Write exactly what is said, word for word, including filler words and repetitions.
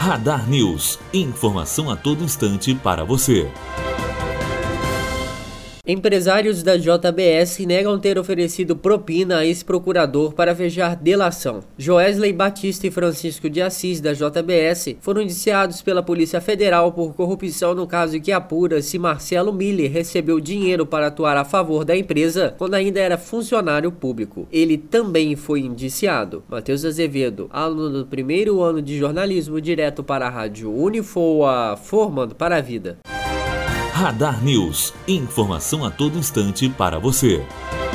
Radar News. Informação a todo instante para você. Empresários da J B S negam ter oferecido propina a ex-procurador para vejar delação. Joesley Batista e Francisco de Assis, da J B S, foram indiciados pela Polícia Federal por corrupção no caso que apura se Marcelo Miller recebeu dinheiro para atuar a favor da empresa quando ainda era funcionário público. Ele também foi indiciado. Matheus Azevedo, aluno do primeiro ano de jornalismo, direto para a Rádio Unifoa, formando para a vida. Radar News. Informação a todo instante para você.